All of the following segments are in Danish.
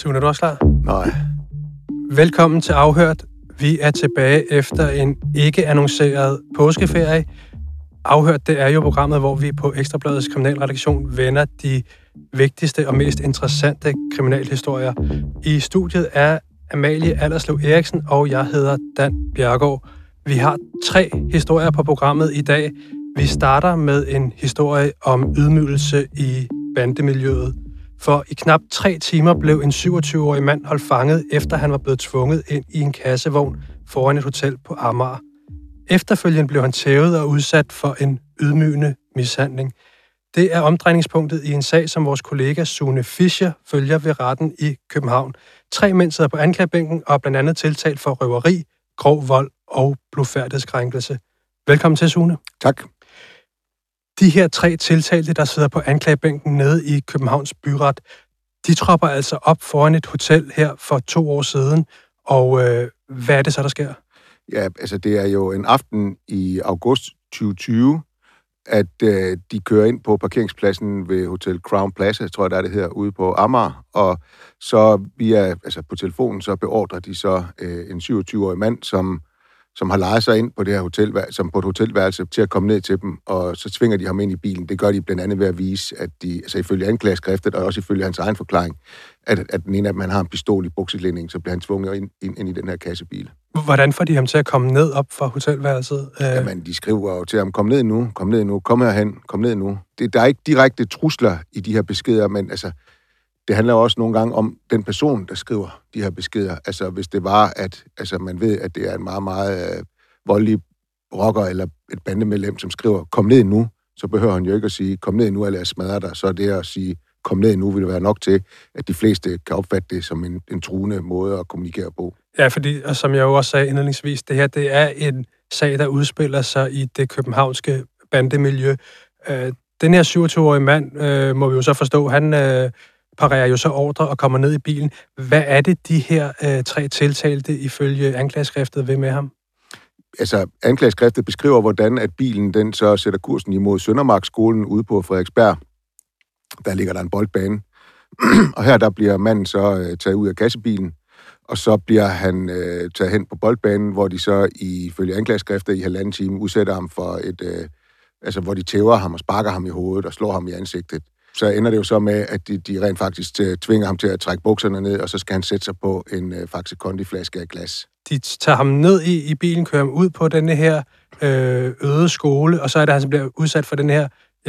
Sune, er du også klar? Nej. Velkommen til Afhørt. Vi er tilbage efter en ikke-annonceret påskeferie. Afhørt, det er jo programmet, hvor vi på Ekstra Bladets kriminalredaktion vender de vigtigste og mest interessante kriminalhistorier. I studiet er Amalie Allerslev Eriksen, og jeg hedder Dan Bjerregaard. Vi har 3 historier på programmet i dag. Vi starter med en historie om ydmygelse i bandemiljøet. For i knap 3 timer blev en 27-årig mand holdt fanget, efter han var blevet tvunget ind i en kassevogn foran et hotel på Amager. Efterfølgende blev han tævet og udsat for en ydmygende mishandling. Det er omdrejningspunktet i en sag, som vores kollega Sune Fischer følger ved retten i København. 3 mænd sidder på anklagebænken og er blandt andet tiltalt for røveri, grov vold og blufærdighedskrænkelse. Velkommen til, Sune. Tak. De her 3 tiltalte, der sidder på anklagebænken nede i Københavns Byret, de tropper altså op foran et hotel her for 2 år siden. Og hvad er det så, der sker? Ja, altså det er jo en aften i august 2020, at de kører ind på parkeringspladsen ved Hotel Crown Plaza, tror jeg, det hedder, ude på Amager. Og så på telefonen, så beordrer de så en 27-årig mand, som har lejet sig ind på det her hotel, som på et hotelværelse, til at komme ned til dem, og så tvinger de ham ind i bilen. Det gør de blandt andet ved at vise, at de, altså ifølge anklageskriftet, og også ifølge hans egen forklaring, at den ene af dem, han har en pistol i bukselænding, så bliver han tvunget ind i den her kassebil. Hvordan får de ham til at komme ned op fra hotelværelset? Jamen, de skriver jo til ham, kom ned nu, kom herhen, kom ned nu. Der er ikke direkte trusler i de her beskeder, men altså, det handler også nogle gange om den person, der skriver de her beskeder. Altså, hvis det var, at man ved, at det er en meget, meget voldelig rocker eller et bandemedlem, som skriver, kom ned nu, så behøver han jo ikke at sige, kom ned nu, eller jeg smadrer dig. Så er det at sige, kom ned nu, vil det være nok til, at de fleste kan opfatte det som en truende måde at kommunikere på. Ja, fordi, og som jeg jo også sagde indledningsvis, det her, det er en sag, der udspiller sig i det københavnske bandemiljø. Den her 27-årige mand, må vi jo så forstå, han parerer jo så ordre og kommer ned i bilen. Hvad er det, de her 3 tiltalte ifølge anklageskriftet vil med ham? Altså, anklageskriftet beskriver, hvordan at bilen den så sætter kursen imod Søndermarkskolen ude på Frederiksberg. Der ligger der en boldbane. Og her der bliver manden så taget ud af kassebilen, og så bliver han taget hen på boldbanen, hvor de så ifølge anklageskriftet i 1,5 time udsætter ham for hvor de tæver ham og sparker ham i hovedet og slår ham i ansigtet. Så ender det jo så med, at de rent faktisk tvinger ham til at trække bukserne ned, og så skal han sætte sig på en Faxe Kondi-flaske af glas. De tager ham ned i bilen, kører ham ud på denne her øde skole, og så er det, han bliver udsat for den her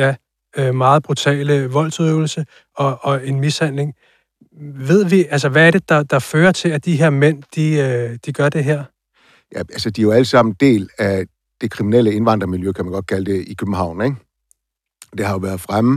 meget brutale voldsudøvelse og en mishandling. Ved vi, altså hvad er det, der fører til, at de her mænd, de gør det her? Ja, altså de er jo alle sammen del af det kriminelle indvandrermiljø, kan man godt kalde det, i København, ikke? Det har jo været fremme,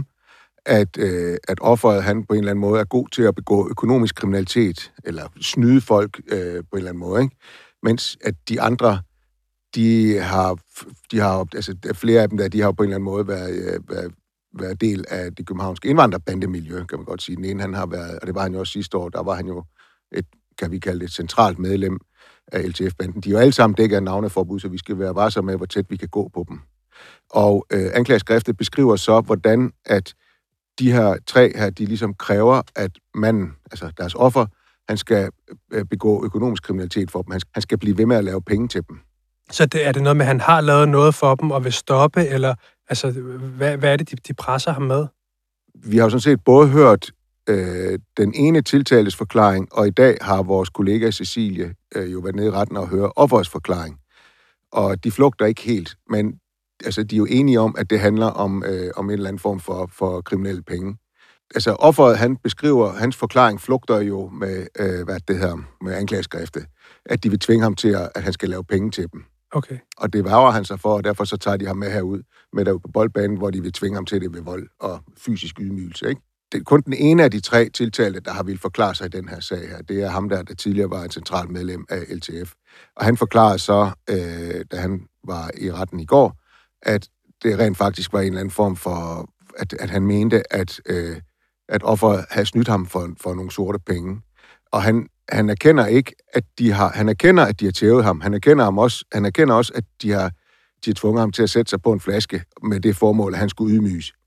at offeret, han på en eller anden måde er god til at begå økonomisk kriminalitet, eller snyde folk på en eller anden måde, ikke? Mens at de andre, de har altså flere af dem der, de har på en eller anden måde været del af det københavnske indvandrerbandemiljø, kan man godt sige. Den ene, han har været, og det var han jo også sidste år, der var han jo kan vi kalde det, et centralt medlem af LTF-banden. De er jo alle sammen dækket af navneforbud, så vi skal være varsomme med, hvor tæt vi kan gå på dem. Og anklageskriftet beskriver så, hvordan at de her 3 her, de ligesom kræver, at manden, altså deres offer, han skal begå økonomisk kriminalitet for dem. Han skal blive ved med at lave penge til dem. Så er det noget med, at han har lavet noget for dem og vil stoppe, eller altså, hvad er det, de presser ham med? Vi har jo sådan set både hørt den ene tiltaltes forklaring, og i dag har vores kollega Cecilie jo været nede i retten og høre offerets forklaring. Og de flugter ikke helt, men altså, de er jo enige om, at det handler om en eller anden form for kriminelle penge. Altså, offeret, han beskriver, hans forklaring flugter jo med, med anklageskriftet, at de vil tvinge ham til, at han skal lave penge til dem. Okay. Og det værger han sig for, og derfor så tager de ham med herud, med derude på boldbanen, hvor de vil tvinge ham til det ved vold og fysisk ydmygelse, ikke? Det er kun den ene af de 3 tiltalte, der har ville forklare sig i den her sag her. Det er ham, der tidligere var et centralt medlem af LTF. Og han forklarede så, da han var i retten i går, at det rent faktisk var en eller anden form for, at han mente, at offeret havde snydt ham for nogle sorte penge. Og han erkender ikke, at han erkender, at de har tævet ham. Han erkender også, at de har tvunget ham til at sætte sig på en flaske med det formål, at han skulle ydmyges.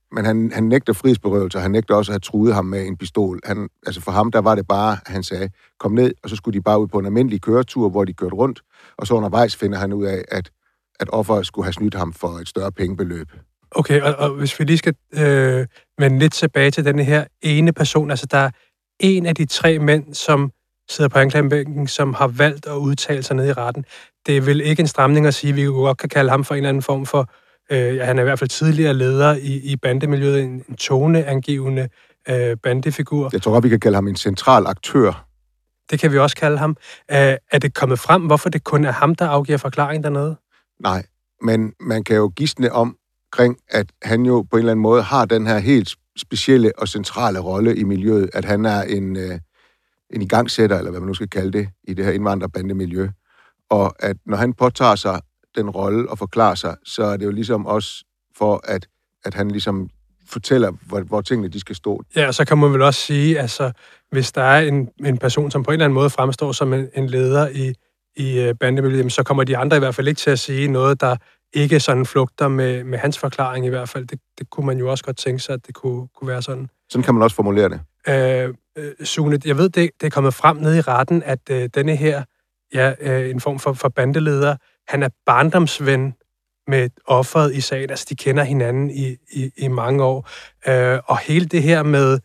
Men han nægter frihedsberøvelse, og han nægter også at have truet ham med en pistol. Altså for ham, der var det bare, han sagde, kom ned, og så skulle de bare ud på en almindelig køretur, hvor de kørte rundt, og så undervejs finder han ud af, at offeret skulle have snydt ham for et større pengebeløb. Okay, og hvis vi lige skal vende lidt tilbage til denne her ene person, altså der er en af de 3 mænd, som sidder på anklagebænken, som har valgt at udtale sig nede i retten. Det er vel ikke en stramning at sige, at vi godt kan kalde ham for en eller anden form for, han er i hvert fald tidligere leder i bandemiljøet, en toneangivende bandefigur. Jeg tror godt, vi kan kalde ham en central aktør. Det kan vi også kalde ham. Er det kommet frem, hvorfor det kun er ham, der afgiver forklaring dernede? Nej, men man kan jo gisne omkring, at han jo på en eller anden måde har den her helt specielle og centrale rolle i miljøet, at han er en igangsætter, eller hvad man nu skal kalde det, i det her indvandrerbandemiljø. Og at når han påtager sig den rolle og forklarer sig, så er det jo ligesom også for, at han ligesom fortæller, hvor tingene de skal stå. Ja, og så kan man vel også sige, altså, hvis der er en person, som på en eller anden måde fremstår som en leder i bandemiljøet, så kommer de andre i hvert fald ikke til at sige noget, der ikke sådan flugter med hans forklaring i hvert fald. Det kunne man jo også godt tænke sig, at det kunne være sådan. Sådan kan man også formulere det. Sune, jeg ved, det er kommet frem nede i retten, at denne her, en form for bandeleder, han er barndomsven med offeret i sagen. Altså, de kender hinanden i mange år. Og hele det her med,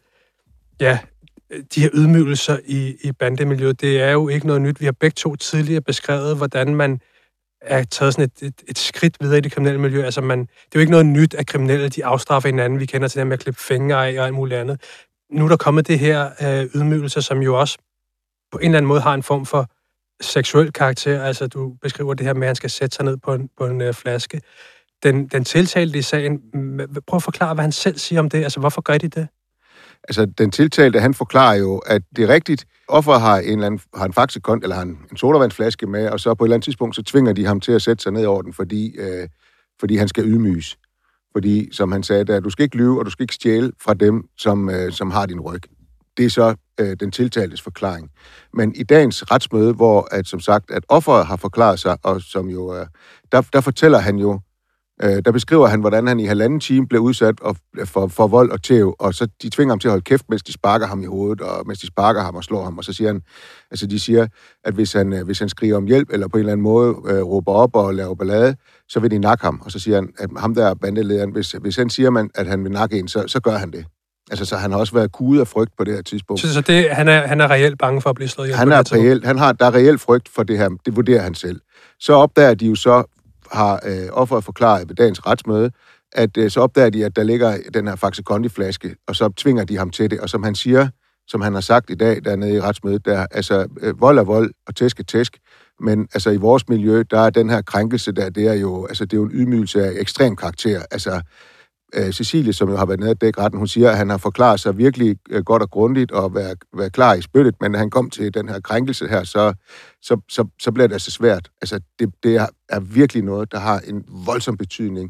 de her ydmygelser i bandemiljøet, det er jo ikke noget nyt. Vi har begge to tidligere beskrevet, hvordan man er taget sådan et skridt videre i det kriminelle miljø. Altså, det er jo ikke noget nyt, at kriminelle de afstraffer hinanden. Vi kender til det med at klippe fingre af og alt muligt andet. Nu er der kommet det her ydmygelser, som jo også på en eller anden måde har en form for seksuel karakter. Altså, du beskriver det her med, at han skal sætte sig ned på en flaske. Den tiltalte i sagen, prøv at forklare, hvad han selv siger om det. Altså, hvorfor gør de det? Altså, den tiltalte, han forklarer jo, at det er rigtigt. Offeret har en faxekont, eller har en sodavandsflaske med, og så på et eller andet tidspunkt, så tvinger de ham til at sætte sig ned over den, fordi han skal ydmyges. Fordi, som han sagde, du skal ikke lyve, og du skal ikke stjæle fra dem, som har din ryg. Det er så den tiltaltes forklaring. Men i dagens retsmøde, hvor som sagt, at offeret har forklaret sig, og som jo, der fortæller han jo, der beskriver han, hvordan han i 1,5 time blev udsat for vold og tæv, og så de tvinger ham til at holde kæft, mens de sparker ham i hovedet, og mens de sparker ham og slår ham, og så siger han, altså de siger, at hvis han skriger om hjælp, eller på en eller anden måde råber op og laver ballade, så vil de nakke ham, og så siger han, at ham der er bandelederen, hvis han siger, at han vil nakke en, så gør han det. Altså, så han har også været kuget af frygt på det her tidspunkt. Så han er reelt bange for at blive slået ihjel? Der er reelt frygt for det her, det vurderer han selv. Så opdager de jo så, har offeret forklaret ved dagens retsmøde, at så opdager de, at der ligger den her Faxe Kondi-flaske, og så tvinger de ham til det. Og som han siger, som han har sagt i dag dernede i retsmødet, der, altså vold er vold, og tæsk er tæsk, men altså i vores miljø, der er den her krænkelse der, det er jo en ydmygelse af ekstrem karakter. Altså Cecilie, som jo har været nede at dække retten, hun siger, at han har forklaret sig virkelig godt og grundigt og være klar i spyttet, men når han kom til den her krænkelse her, så bliver det altså svært. Altså, det er virkelig noget, der har en voldsom betydning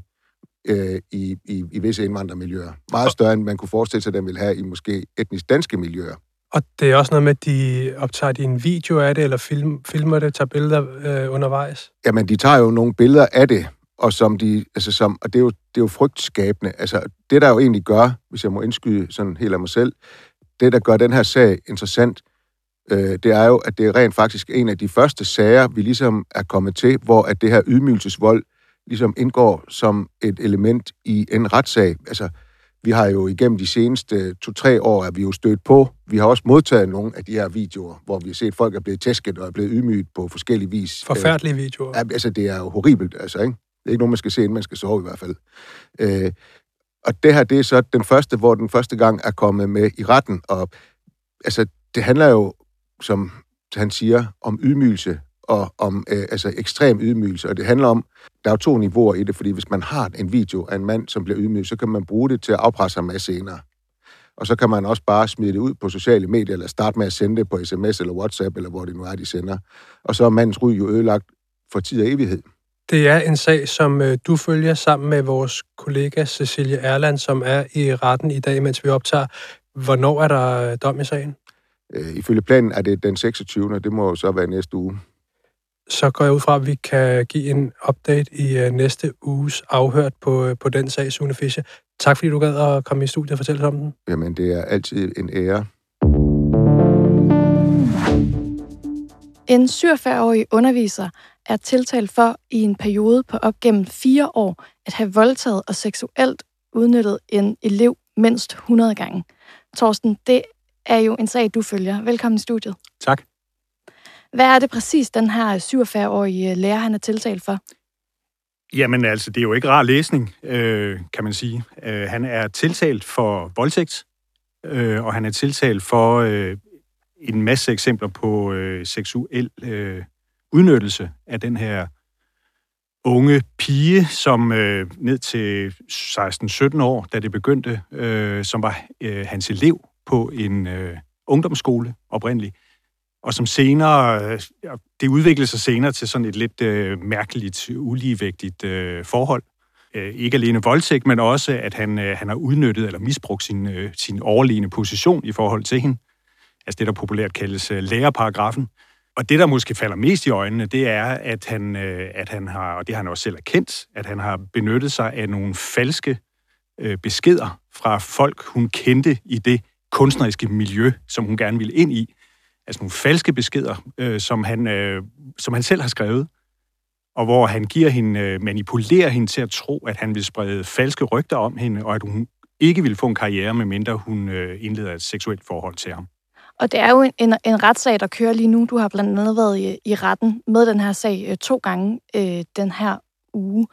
i visse indvandrermiljøer. Meget større, end man kunne forestille sig, at den ville have i måske etnisk danske miljøer. Og det er også noget med, at de optager de en video af det, eller filmer det, tager billeder undervejs? Jamen, de tager jo nogle billeder af det, og og det er jo frygtskabende. Altså, det der jo egentlig gør, hvis jeg må indskyde sådan helt af mig selv, det der gør den her sag interessant, det er jo, at det er rent faktisk en af de første sager, vi ligesom er kommet til, hvor at det her ydmygelsesvold ligesom indgår som et element i en retssag. Altså, vi har jo igennem de seneste 2-3 år, at vi jo stødt på. Vi har også modtaget nogle af de her videoer, hvor vi har set, at folk er blevet tæsket og er blevet ydmyget på forskellige vis. Forfærdelige videoer. Altså, det er jo horribelt, altså, ikke? Det er ikke nogen, man skal se, inden man skal sove i hvert fald. Og det her, det er så den første, hvor den første gang er kommet med i retten. Og altså, det handler jo, som han siger, om ydmygelse og om ekstrem ydmygelse. Og det handler om, der er jo 2 niveauer i det, fordi hvis man har en video af en mand, som bliver ydmyget, så kan man bruge det til at afpresse ham med senere. Og så kan man også bare smide det ud på sociale medier, eller starte med at sende det på sms eller WhatsApp, eller hvor det nu er, de sender. Og så er mandens ry jo ødelagt for tid og evighed. Det er en sag, som du følger sammen med vores kollega Cecilie Erland, som er i retten i dag, mens vi optager. Hvornår er der dom i sagen? Ifølge planen er det den 26. Det må jo så være næste uge. Så går jeg ud fra, at vi kan give en update i næste uges afhørt på den sag, Sune Fischer. Tak fordi du gad at komme i studiet og fortælle om den. Jamen, det er altid en ære. En 47-årig underviser er tiltalt for i en periode på op gennem 4 år at have voldtaget og seksuelt udnyttet en elev mindst 100 gange. Torsten, det er jo en sag, du følger. Velkommen i studiet. Tak. Hvad er det præcis, den her 47-årige lærer, han er tiltalt for? Jamen altså, det er jo ikke rar læsning, kan man sige. Han er tiltalt for voldtægt, og han er tiltalt for en masse eksempler på seksuel udnyttelse af den her unge pige, som ned til 16-17 år, da det begyndte, som var hans elev på en ungdomsskole oprindeligt, og som senere, det udviklede sig senere til sådan et lidt mærkeligt, uligevægtigt forhold. Ikke alene voldtægt, men også, at han har udnyttet eller misbrugt sin overlegne position i forhold til hende. Altså det, der populært kaldes lærerparagrafen. Og det, der måske falder mest i øjnene, det er, at han har, og det har han også selv erkendt, at han har benyttet sig af nogle falske beskeder fra folk, hun kendte i det kunstneriske miljø, som hun gerne ville ind i. Altså nogle falske beskeder, som han selv har skrevet, og hvor han manipulerer hende til at tro, at han vil sprede falske rygter om hende, og at hun ikke vil få en karriere, medmindre hun indleder et seksuelt forhold til ham. Og det er jo en retssag, der kører lige nu. Du har blandt andet været i retten med den her sag 2 gange den her uge.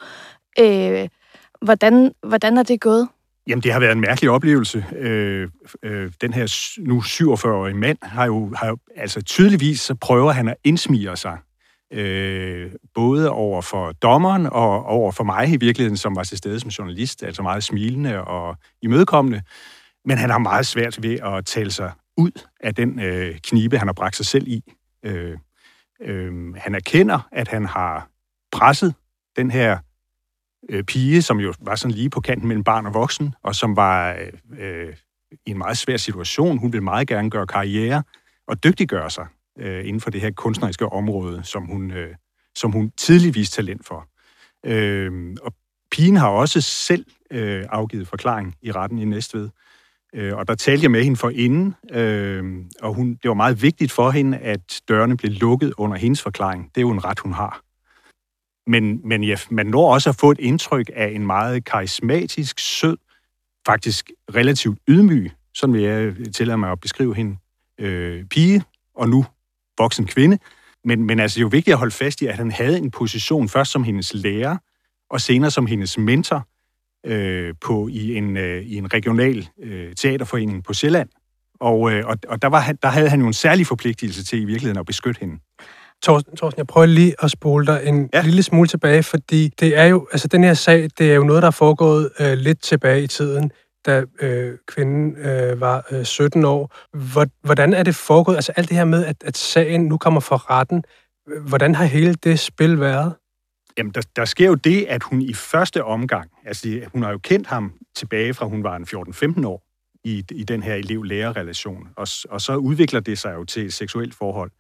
Hvordan er det gået? Jamen, det har været en mærkelig oplevelse. Den her nu 47-årige mand har jo altså tydeligvis så prøver han at indsmigre sig. Både over for dommeren og over for mig i virkeligheden, som var til stede som journalist, altså meget smilende og imødekommende. Men han har meget svært ved at tale sig ud af den knibe, han har bragt sig selv i. Han erkender, at han har presset den her pige, som jo var sådan lige på kanten mellem barn og voksen, og som var i en meget svær situation. Hun ville meget gerne gøre karriere og dygtiggøre sig inden for det her kunstneriske område, som hun tidligt viste talent for. Og pigen har også selv afgivet forklaring i retten i Næstved. Og der talte jeg med hende forinden, og det var meget vigtigt for hende, at dørene blev lukket under hendes forklaring. Det er jo en ret, hun har. Men ja, man når også at få et indtryk af en meget karismatisk, sød, faktisk relativt ydmyg, sådan vil jeg tillade mig at beskrive hende, pige, og nu voksen kvinde. Men altså, det er jo vigtigt at holde fast i, at han havde en position først som hendes lærer, og senere som hendes mentor i en regional teaterforening på Sjælland. Og der havde han jo en særlig forpligtelse til i virkeligheden at beskytte hende. Torsten, jeg prøver lige at spole dig en lille smule tilbage, fordi det er jo, altså den her sag, det er jo noget, der er foregået lidt tilbage i tiden, da kvinden var 17 år. Hvordan er det foregået? Altså alt det her med, at sagen nu kommer for retten, hvordan har hele det spil været? Jamen, der sker jo det, at hun i første omgang, altså hun har jo kendt ham tilbage fra hun var en 14-15 år i den her elev-lærer-relation, og så udvikler det sig jo til et seksuelt forhold,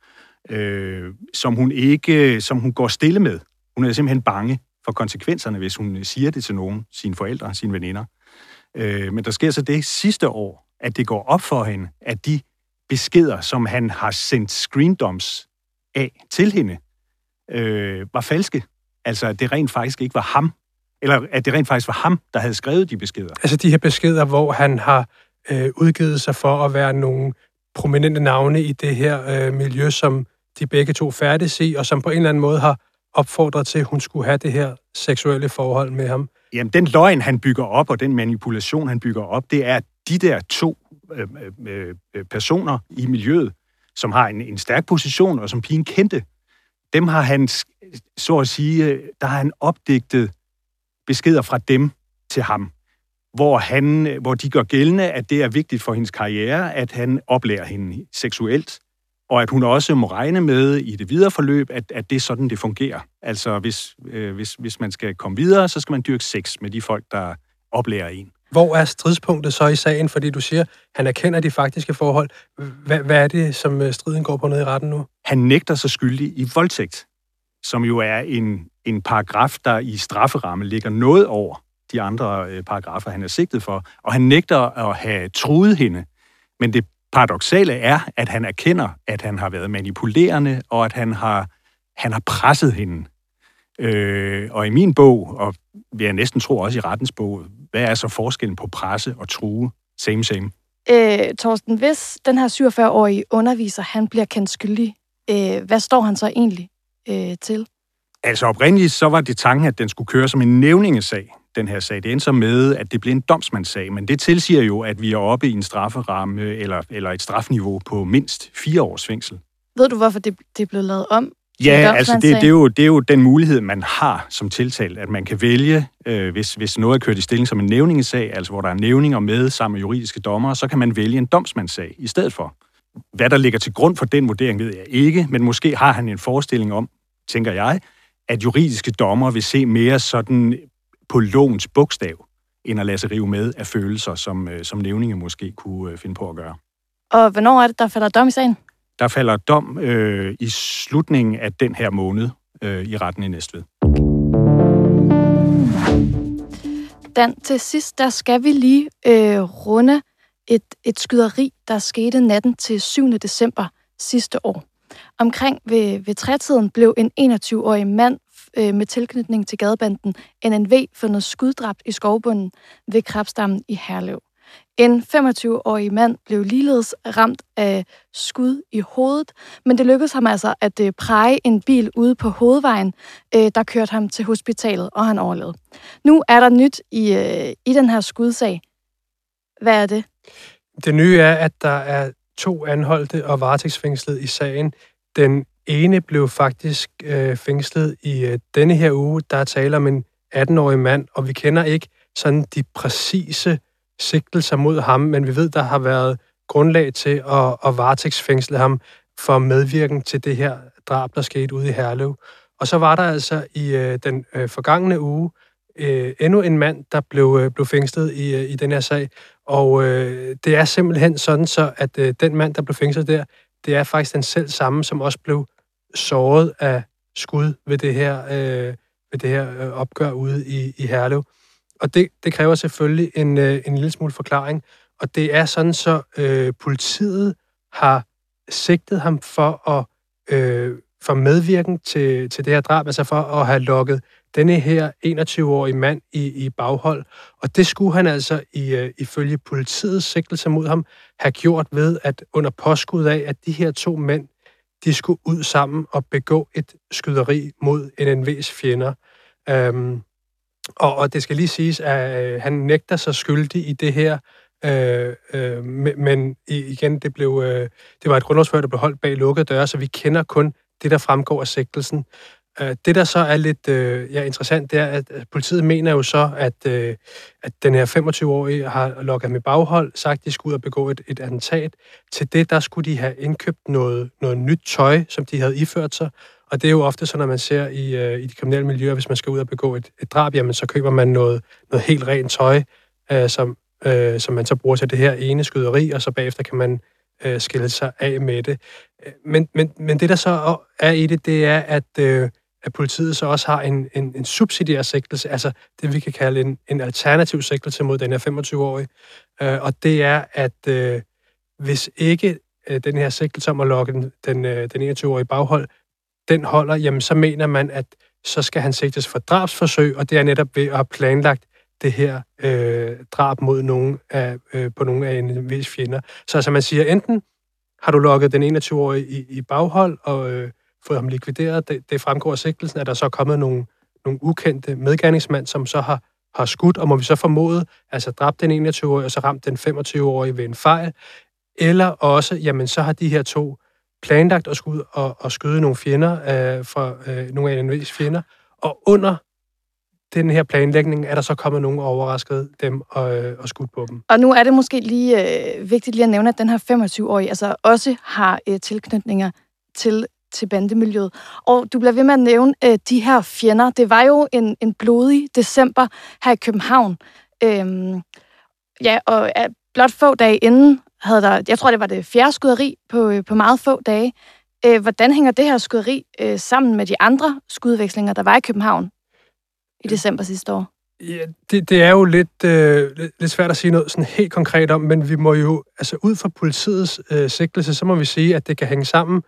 som hun går stille med. Hun er simpelthen bange for konsekvenserne, hvis hun siger det til nogen, sine forældre, sine veninder. Men der sker så det sidste år, at det går op for hende, at de beskeder, som han har sendt screendumps af til hende, var falske. Altså, at det rent faktisk ikke var ham, eller at det rent faktisk var ham, der havde skrevet de beskeder. Altså de her beskeder, hvor han har udgivet sig for at være nogle prominente navne i det her miljø, som de begge to færdes i, og som på en eller anden måde har opfordret til, at hun skulle have det her seksuelle forhold med ham. Jamen, den løgn, han bygger op, og den manipulation, han bygger op, det er de der 2 personer i miljøet, som har en stærk position, og som pigen kendte. Dem har han, så at sige, der har han opdigtet beskeder fra dem til ham, hvor de gør gældende, at det er vigtigt for hendes karriere, at han oplærer hende seksuelt, og at hun også må regne med i det videre forløb, at det er sådan, det fungerer. Altså, hvis man skal komme videre, så skal man dyrke sex med de folk, der oplærer en. Hvor er stridspunktet så i sagen? Fordi du siger, han erkender de faktiske forhold. Hvad er det, som striden går på nede i retten nu? Han nægter sig skyldig i voldtægt, som jo er en paragraf, der i strafferamme ligger noget over de andre paragrafer, han er sigtet for, og han nægter at have truet hende. Men det paradoksale er, at han erkender, at han har været manipulerende, og at han har presset hende. Og i min bog, og vil jeg næsten tro også i rettens bog, hvad er så forskellen på presse og true? Same. Torsten, hvis den her 47-årige underviser, han bliver kendt skyldig, hvad står han så egentlig til? Altså oprindeligt så var det tanken, at den skulle køre som en nævningesag, den her sag. Det endte så med, at det blev en domsmandssag, men det tilsiger jo, at vi er oppe i en strafferamme eller et strafniveau på mindst 4 års fængsel. Ved du, hvorfor det blev lavet om? Ja, altså det er jo den mulighed, man har som tiltalt, at man kan vælge, hvis noget er kørt i stilling som en nævningesag, altså hvor der er nævninger med sammen med juridiske dommere, så kan man vælge en domsmandssag i stedet for. Hvad der ligger til grund for den vurdering, ved jeg ikke, men måske har han en forestilling om, tænker jeg, at juridiske dommere vil se mere sådan på lovens bogstav, end at lade sig rive med af følelser, som nævninger måske kunne finde på at gøre. Og hvornår er det, der falder dom i sagen? Der falder dom i slutningen af den her måned i retten i Næstved. Dan, til sidst, der skal vi lige runde et skyderi, der skete natten til 7. december sidste år. Omkring ved 3-tiden blev en 21-årig mand med tilknytning til gadebanden NNV fundet skuddræbt i skovbunden ved Krabsdammen i Herlev. En 25-årig mand blev ligeledes ramt af skud i hovedet, men det lykkedes ham altså at praje en bil ude på hovedvejen, der kørte ham til hospitalet, og han overlevede. Nu er der nyt i den her skudsag. Hvad er det? Det nye er, at der er 2 anholdte og varetægtsfængslet i sagen. Den ene blev faktisk fængslet i denne her uge. Der er tale om en 18-årig mand, og vi kender ikke sådan de præcise sigtelser mod ham, men vi ved, der har været grundlag til at varetægtsfængsle ham for medvirken til det her drab, der skete ude i Herlev. Og så var der altså i den forgangne uge endnu en mand, der blev fængslet i den her sag. Og det er simpelthen sådan så, at den mand, der blev fængslet der, det er faktisk den selv samme, som også blev såret af skud ved det her opgør ude i Herlev. Og det kræver selvfølgelig en lille smule forklaring. Og det er sådan så, politiet har sigtet ham for medvirken til det her drab, altså for at have lokket denne her 21-årige mand i baghold. Og det skulle han altså ifølge politiets sigtelse mod ham have gjort ved, at under påskud af, at de her 2 mænd, de skulle ud sammen og begå et skyderi mod NNV's fjender. Og det skal lige siges, at han nægter sig skyldig i det her, men igen, det var et grundlovsforhør, der blev holdt bag lukkede døre, så vi kender kun det, der fremgår af sigtelsen. Det, der så er lidt interessant, det er, at politiet mener jo så, at den her 25-årige har lokket ham i baghold, sagt, at de skulle ud og begå et attentat. Til det, der skulle de have indkøbt noget nyt tøj, som de havde iført sig. Og det er jo ofte sådan, når man ser i de kriminelle miljøer, hvis man skal ud og begå et drab, jamen så køber man noget helt rent tøj, som man så bruger til det her ene skyderi, og så bagefter kan man skille sig af med det. Men det, der så er i det er, at politiet så også har en subsidiær sigtelse, altså det, vi kan kalde en alternativ sigtelse mod den her 25-årige. Og det er, at hvis ikke den her sigtelse om at lokke den 21-årige baghold, den holder, jamen så mener man, at så skal han sigtes for drabsforsøg, og det er netop ved at have planlagt det her drab mod på nogle af NNV's fjender. Så altså man siger, enten har du lokket den 21-årige i baghold og fået ham likvideret, det fremgår af sigtelsen, at der så er kommet nogle ukendte medgerningsmænd, som så har skudt, og må vi så formode, altså dræbt den 21-årige, og så ramt den 25-årige ved en fejl, eller også, jamen så har de her 2 planlagt at skulle og skyde nogle fjender fra nogle af NNV's fjender, og under den her planlægning er der så kommet nogen og overrasket dem og skudt på dem. Og nu er det måske lige vigtigt lige at nævne, at den her 25-årige altså også har tilknytninger til bandemiljøet. Og du bliver ved med at nævne de her fjender. Det var jo en blodig december her i København. Og blot få dage inden havde der, jeg tror det var det 4. skyderi på meget få dage. Hvordan hænger det her skyderi sammen med de andre skudvekslinger, der var i København i december sidste år? Ja, det er jo lidt svært at sige noget sådan helt konkret om, men vi må jo, altså ud fra politiets sigtelse, så må vi sige, at det kan hænge sammen,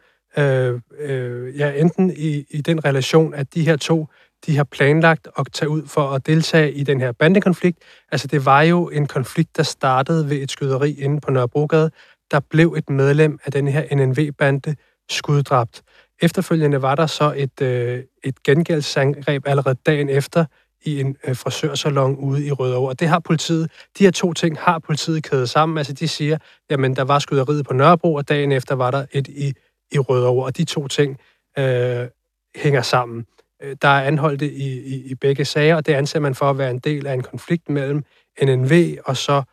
enten i den relation, at de her to, de har planlagt at tage ud for at deltage i den her bandekonflikt. Altså det var jo en konflikt, der startede ved et skyderi inde på Nørrebrogade. Der blev et medlem af den her NNV-bande skuddræbt. Efterfølgende var der så et gengældsangreb allerede dagen efter i en frisørsalon ude i Rødovre. Og det har politiet, de her to ting har politiet kædet sammen. Altså de siger, jamen der var skyderiet på Nørrebro, og dagen efter var der et i Rødovre. Og de to ting hænger sammen. Der er anholdt i begge sager, og det anser man for at være en del af en konflikt mellem NNV og så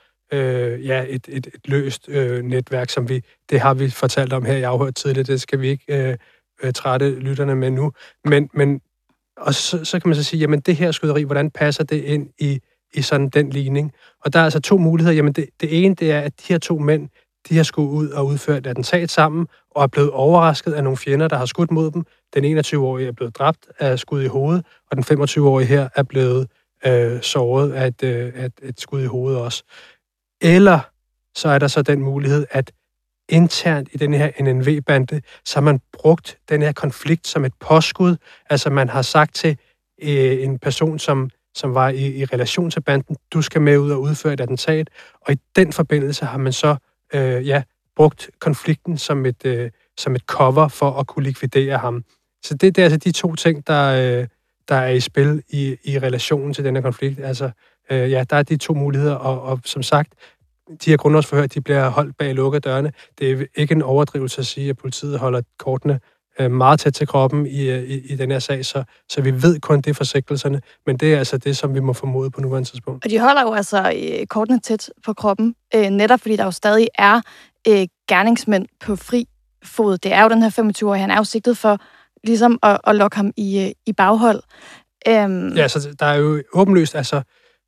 et løst netværk, som det har vi fortalt om her i Afhørt tidligere. Det skal vi ikke trætte lytterne med nu. Men og så kan man så sige, jamen det her skyderi, hvordan passer det ind i sådan den ligning? Og der er altså to muligheder. Jamen det ene, det er, at de her to mænd, de har skudt ud og udført et attentat sammen, og er blevet overrasket af nogle fjender, der har skudt mod dem. Den 21-årige er blevet dræbt af skud i hovedet, og den 25-årige her er blevet såret af et skud i hovedet også. Eller så er der så den mulighed, at internt i den her NNV-bande, så har man brugt den her konflikt som et påskud. Altså man har sagt til en person, som var i relation til banden, du skal med ud og udføre et attentat, og i den forbindelse har man så brugt konflikten som et cover for at kunne likvidere ham. Så det er altså de to ting, der er i spil i relationen til denne konflikt. Altså, der er de to muligheder, og som sagt, de her grundlovsforhør, de bliver holdt bag lukkede dørene. Det er ikke en overdrivelse at sige, at politiet holder kortene meget tæt til kroppen i den her sag, så vi ved kun det for sigtelserne, men det er altså det, som vi må formode på nuværende tidspunkt. Og de holder jo altså kortene tæt på kroppen, netop fordi der jo stadig er gerningsmænd på fri fod. Det er jo den her 25-årige, han er jo sigtet for ligesom at lokke ham i baghold. Ja, så der er jo åbenlyst, altså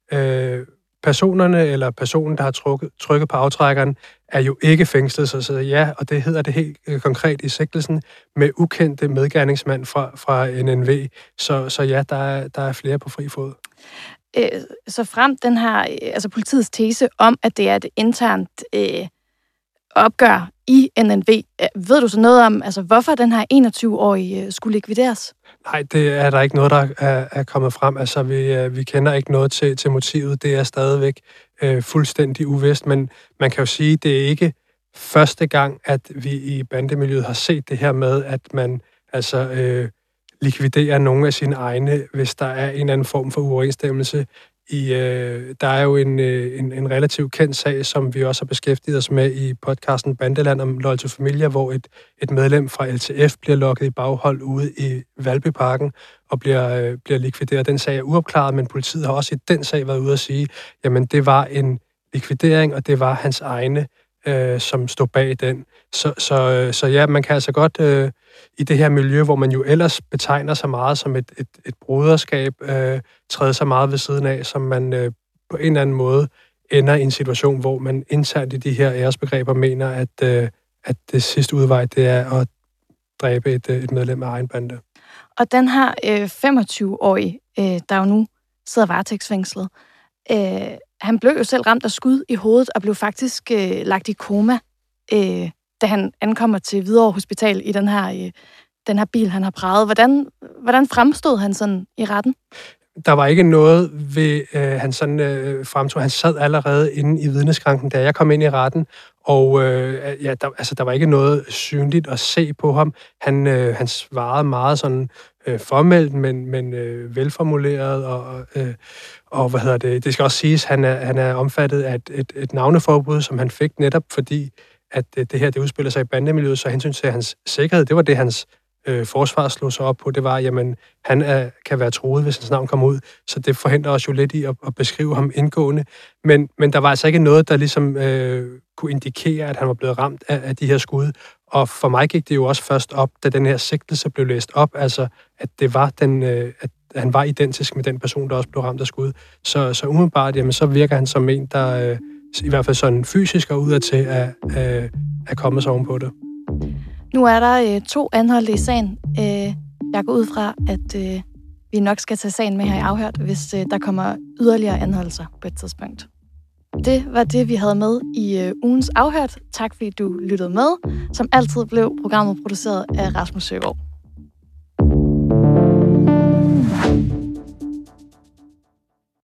personerne eller personen, der har trykket på aftrækkeren, er jo ikke fængslet, så ja, og det hedder det helt konkret i sigtelsen, med ukendte medgerningsmand fra NNV. Så ja, der er flere på fri fod. Så frem den her, altså politiets tese om, at det er et internt opgør i NNV, ved du så noget om, altså hvorfor den her 21-årige skulle likvideres? Nej, det er der ikke noget, der er kommet frem. Altså, vi kender ikke noget til motivet. Det er stadigvæk fuldstændig uvist, men man kan jo sige, det er ikke første gang, at vi i bandemiljøet har set det her med, at man altså likviderer nogle af sine egne, hvis der er en eller anden form for uoverensstemmelse. Der er jo en relativt kendt sag, som vi også har beskæftiget os med i podcasten Bandeland om Loyal to Familia, hvor et medlem fra LTF bliver lokket i baghold ude i Valbyparken og bliver likvideret. Den sag er uopklaret, men politiet har også i den sag været ude at sige, jamen det var en likvidering, og det var hans egne, som stod bag den. Så ja, man kan altså godt i det her miljø, hvor man jo ellers betegner sig meget som et broderskab, træde så meget ved siden af, som man på en eller anden måde ender i en situation, hvor man internt i de her æresbegreber mener, at det sidste udvej, det er at dræbe et medlem af egen bande. Og den her 25-årige, der jo nu sidder varetægtsfængslet, han blev jo selv ramt af skud i hovedet og blev faktisk lagt i koma, da han ankommer til Hvidovre Hospital i den her bil, han har praget. Hvordan fremstod han sådan i retten? Der var ikke noget ved han sådan fremtog. Han sad allerede inde i vidneskranken, da jeg kom ind i retten, og der var ikke noget synligt at se på ham. Han svarede meget sådan formelt, men velformuleret, og hvad hedder det? Det skal også siges, han er omfattet af et navneforbud, som han fik netop fordi, at det her det udspiller sig i bandemiljøet, så hensyn til hans sikkerhed, det var det, hans forsvar slog sig op på, det var, jamen, han kan være truet, hvis hans navn kommer ud, så det forhindrer os jo lidt i at beskrive ham indgående. Men der var altså ikke noget, der ligesom kunne indikere, at han var blevet ramt af de her skud. Og for mig gik det jo også først op, da den her sigtelse blev læst op, altså at det var at han var identisk med den person, der også blev ramt af skud. Så umiddelbart, jamen, så virker han som en, der i hvert fald sådan fysisk og udadtil at komme sig ovenpå det. Nu er der 2 anholdte i sagen. Jeg går ud fra, at vi nok skal tage sagen med her i Afhørt, hvis der kommer yderligere anholdelser på et tidspunkt. Det var det, vi havde med i ugens Afhørt. Tak fordi du lyttede med. Som altid blev programmet produceret af Rasmus Søgaard.